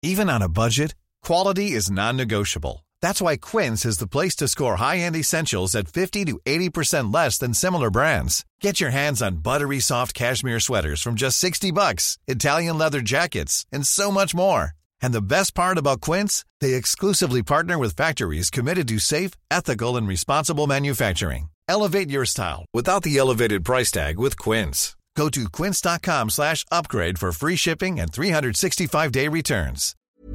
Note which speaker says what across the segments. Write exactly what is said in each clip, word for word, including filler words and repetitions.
Speaker 1: Even on a budget, quality is non-negotiable. That's why Quince is the place to score high-end essentials at fifty to eighty percent less than similar brands. Get your hands on buttery soft cashmere sweaters from just sixty bucks, Italian leather jackets, and so much more. And the best part about Quince, they exclusively partner with factories committed to safe, ethical, and responsible manufacturing. Elevate your style without the elevated price tag with Quince. Go to quince.com slash upgrade for free shipping and three sixty-five day returns.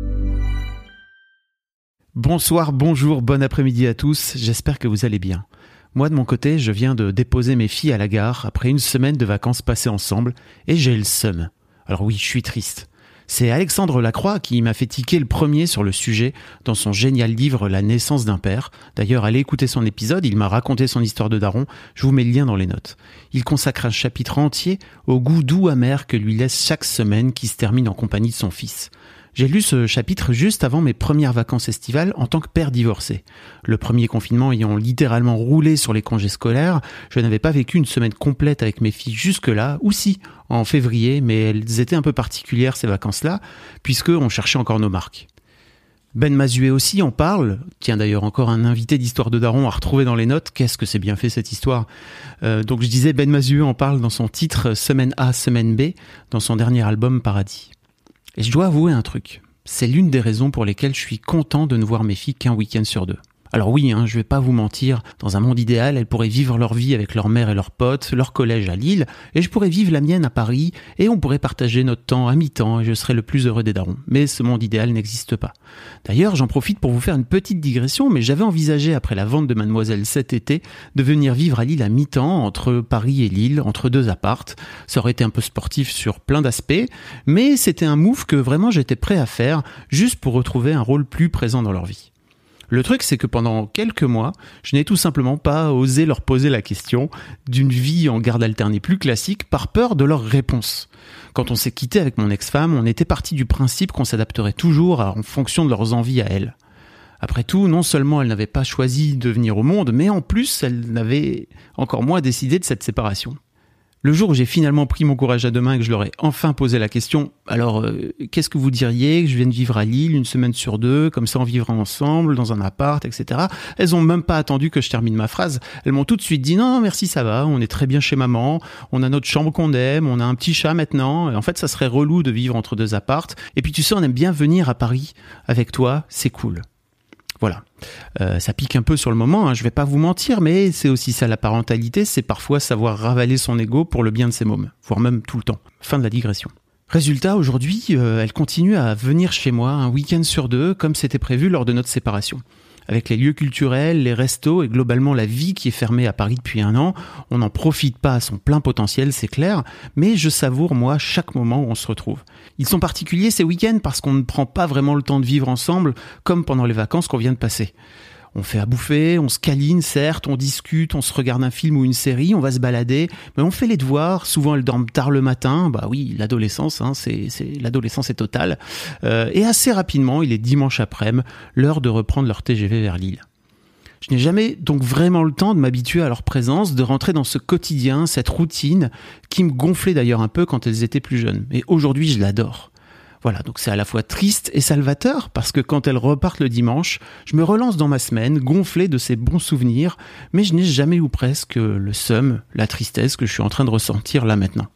Speaker 2: Bonsoir, bonjour, bon après-midi à tous, j'espère que vous allez bien. Moi de mon côté, je viens de déposer mes filles à la gare après une semaine de vacances passées ensemble et j'ai le seum. Alors oui, je suis triste. C'est Alexandre Lacroix qui m'a fait tiquer le premier sur le sujet dans son génial livre La naissance d'un père. D'ailleurs, allez écouter son épisode, il m'a raconté son histoire de daron, je vous mets le lien dans les notes. Il consacre un chapitre entier au goût doux amer que lui laisse chaque semaine qui se termine en compagnie de son fils. J'ai lu ce chapitre juste avant mes premières vacances estivales en tant que père divorcé. Le premier confinement ayant littéralement roulé sur les congés scolaires, je n'avais pas vécu une semaine complète avec mes filles jusque-là, ou si, en février, mais elles étaient un peu particulières ces vacances-là, puisqu'on cherchait encore nos marques. Ben Mazuet aussi en parle, tiens d'ailleurs encore un invité d'Histoire de Daron à retrouver dans les notes, qu'est-ce que c'est bien fait cette histoire. Euh, donc je disais, Ben Mazuet en parle dans son titre Semaine A, Semaine B, dans son dernier album Paradis. Et je dois avouer un truc, c'est l'une des raisons pour lesquelles je suis content de ne voir mes filles qu'un week-end sur deux. Alors oui, hein, je vais pas vous mentir, dans un monde idéal, elles pourraient vivre leur vie avec leur mère et leurs potes, leur collège à Lille, et je pourrais vivre la mienne à Paris, et on pourrait partager notre temps à mi-temps, et je serais le plus heureux des darons. Mais ce monde idéal n'existe pas. D'ailleurs, j'en profite pour vous faire une petite digression, mais j'avais envisagé, après la vente de Mademoiselle cet été, de venir vivre à Lille à mi-temps, entre Paris et Lille, entre deux appartes. Ça aurait été un peu sportif sur plein d'aspects, mais c'était un move que vraiment j'étais prêt à faire, juste pour retrouver un rôle plus présent dans leur vie. Le truc, c'est que pendant quelques mois, je n'ai tout simplement pas osé leur poser la question d'une vie en garde alternée plus classique par peur de leur réponse. Quand on s'est quitté avec mon ex-femme, on était parti du principe qu'on s'adapterait toujours en fonction de leurs envies à elles. Après tout, non seulement elle n'avait pas choisi de venir au monde, mais en plus, elle n'avait encore moins décidé de cette séparation. Le jour où j'ai finalement pris mon courage à deux mains et que je leur ai enfin posé la question « Alors, euh, qu'est-ce que vous diriez que je vienne vivre à Lille une semaine sur deux, comme ça on vivra ensemble, dans un appart, et cetera » Elles ont même pas attendu que je termine ma phrase. Elles m'ont tout de suite dit « Non, merci, ça va, on est très bien chez maman, on a notre chambre qu'on aime, on a un petit chat maintenant. En fait, ça serait relou de vivre entre deux appartes. Et puis tu sais, on aime bien venir à Paris avec toi, c'est cool. » Voilà, euh, ça pique un peu sur le moment, hein, je vais pas vous mentir, mais c'est aussi ça la parentalité, c'est parfois savoir ravaler son ego pour le bien de ses mômes, voire même tout le temps. Fin de la digression. Résultat, aujourd'hui, euh, elle continue à venir chez moi un week-end sur deux, comme c'était prévu lors de notre séparation. Avec les lieux culturels, les restos et globalement la vie qui est fermée à Paris depuis un an, on n'en profite pas à son plein potentiel, c'est clair, mais je savoure, moi, chaque moment où on se retrouve. Ils sont particuliers ces week-ends parce qu'on ne prend pas vraiment le temps de vivre ensemble, comme pendant les vacances qu'on vient de passer. On fait à bouffer, on se câline, certes, on discute, on se regarde un film ou une série, on va se balader, mais on fait les devoirs, souvent elles dorment tard le matin, bah oui, l'adolescence, hein, c'est, c'est, l'adolescence est totale, euh, et assez rapidement, il est dimanche après-midi, l'heure de reprendre leur T G V vers Lille. Je n'ai jamais donc vraiment le temps de m'habituer à leur présence, de rentrer dans ce quotidien, cette routine, qui me gonflait d'ailleurs un peu quand elles étaient plus jeunes, mais aujourd'hui je l'adore. Voilà, donc c'est à la fois triste et salvateur parce que quand elles repartent le dimanche, je me relance dans ma semaine, gonflé de ces bons souvenirs, mais je n'ai jamais ou presque le seum, la tristesse que je suis en train de ressentir là maintenant.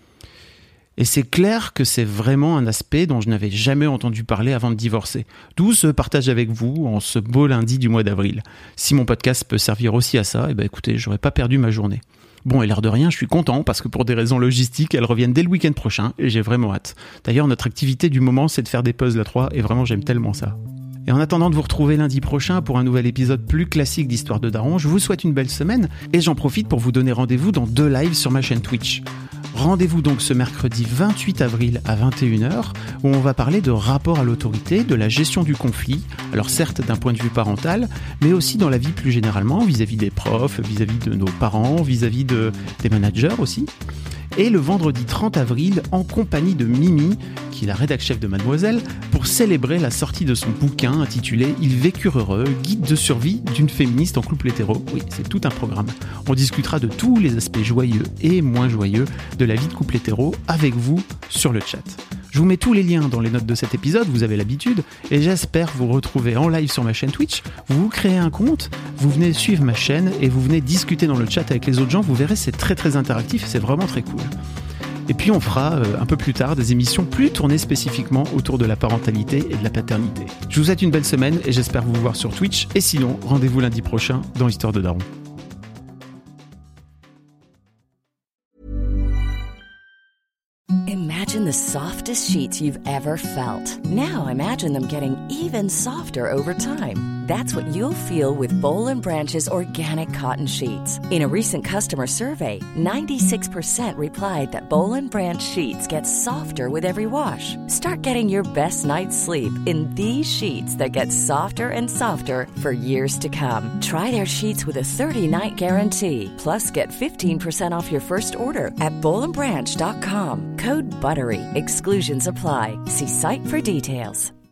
Speaker 2: Et c'est clair que c'est vraiment un aspect dont je n'avais jamais entendu parler avant de divorcer. D'où ce partage avec vous en ce beau lundi du mois d'avril. Si mon podcast peut servir aussi à ça, eh ben écoutez, j'aurais pas perdu ma journée. Bon, et l'air de rien, je suis content parce que pour des raisons logistiques, elles reviennent dès le week-end prochain et j'ai vraiment hâte. D'ailleurs, notre activité du moment, c'est de faire des puzzles à trois et vraiment, j'aime tellement ça. Et en attendant de vous retrouver lundi prochain pour un nouvel épisode plus classique d'Histoire de Daron, je vous souhaite une belle semaine et j'en profite pour vous donner rendez-vous dans deux lives sur ma chaîne Twitch. Rendez-vous donc ce mercredi vingt-huit avril à vingt et une heures où on va parler de rapport à l'autorité, de la gestion du conflit, alors certes d'un point de vue parental, mais aussi dans la vie plus généralement, vis-à-vis des profs, vis-à-vis de nos parents, vis-à-vis de, des managers aussi. Et le vendredi trente avril, en compagnie de Mimi, qui est la rédac chef de Mademoiselle, pour célébrer la sortie de son bouquin intitulé « Ils vécurent heureux, guide de survie d'une féministe en couple hétéro ». Oui, c'est tout un programme. On discutera de tous les aspects joyeux et moins joyeux de la vie de couple hétéro avec vous sur le chat. Je vous mets tous les liens dans les notes de cet épisode, vous avez l'habitude, et j'espère vous retrouver en live sur ma chaîne Twitch. Vous vous créez un compte, vous venez suivre ma chaîne et vous venez discuter dans le chat avec les autres gens. Vous verrez, c'est très très interactif et c'est vraiment très cool. Et puis on fera euh, un peu plus tard des émissions plus tournées spécifiquement autour de la parentalité et de la paternité. Je vous souhaite une belle semaine et j'espère vous voir sur Twitch. Et sinon, rendez-vous lundi prochain dans Histoire de Daron.
Speaker 3: Imagine the softest sheets you've ever felt. Now imagine them getting even softer over time. That's what you'll feel with Boll and Branch's organic cotton sheets. In a recent customer survey, ninety-six percent replied that Boll and Branch sheets get softer with every wash. Start getting your best night's sleep in these sheets that get softer and softer for years to come. Try their sheets with a thirty-night guarantee. Plus, get fifteen percent off your first order at boll and branch dot com. Code BUTTERY. Exclusions apply. See site for details.